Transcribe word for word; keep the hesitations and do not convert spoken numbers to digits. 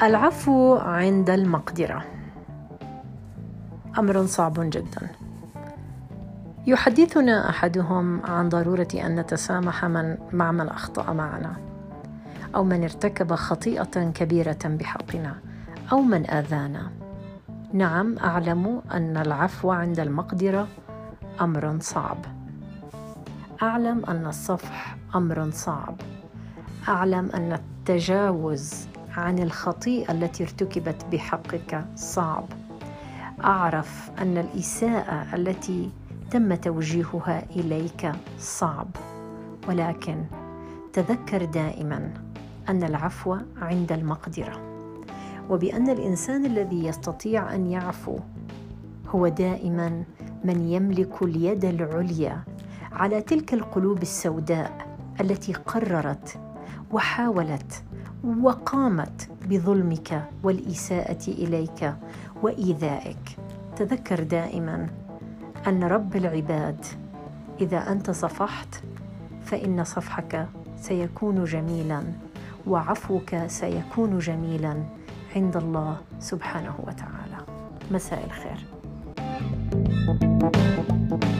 العفو عند المقدرة أمر صعب جدا. يحدثنا أحدهم عن ضرورة أن نتسامح من مع من أخطأ معنا، أو من ارتكب خطيئة كبيرة بحقنا، أو من آذانا. نعم، أعلم أن العفو عند المقدرة أمر صعب. أعلم أن الصفح أمر صعب. أعلم أن التجاوز عن الخطيئة التي ارتكبت بحقك صعب. أعرف أن الإساءة التي تم توجيهها إليك صعب، ولكن تذكر دائما أن العفو عند المقدرة، وبأن الإنسان الذي يستطيع أن يعفو هو دائما من يملك اليد العليا على تلك القلوب السوداء التي قررت وحاولت وقامت بظلمك والإساءة إليك وإيذائك. تذكر دائما أن رب العباد إذا أنت صفحت فإن صفحك سيكون جميلا، وعفوك سيكون جميلا عند الله سبحانه وتعالى. مساء الخير.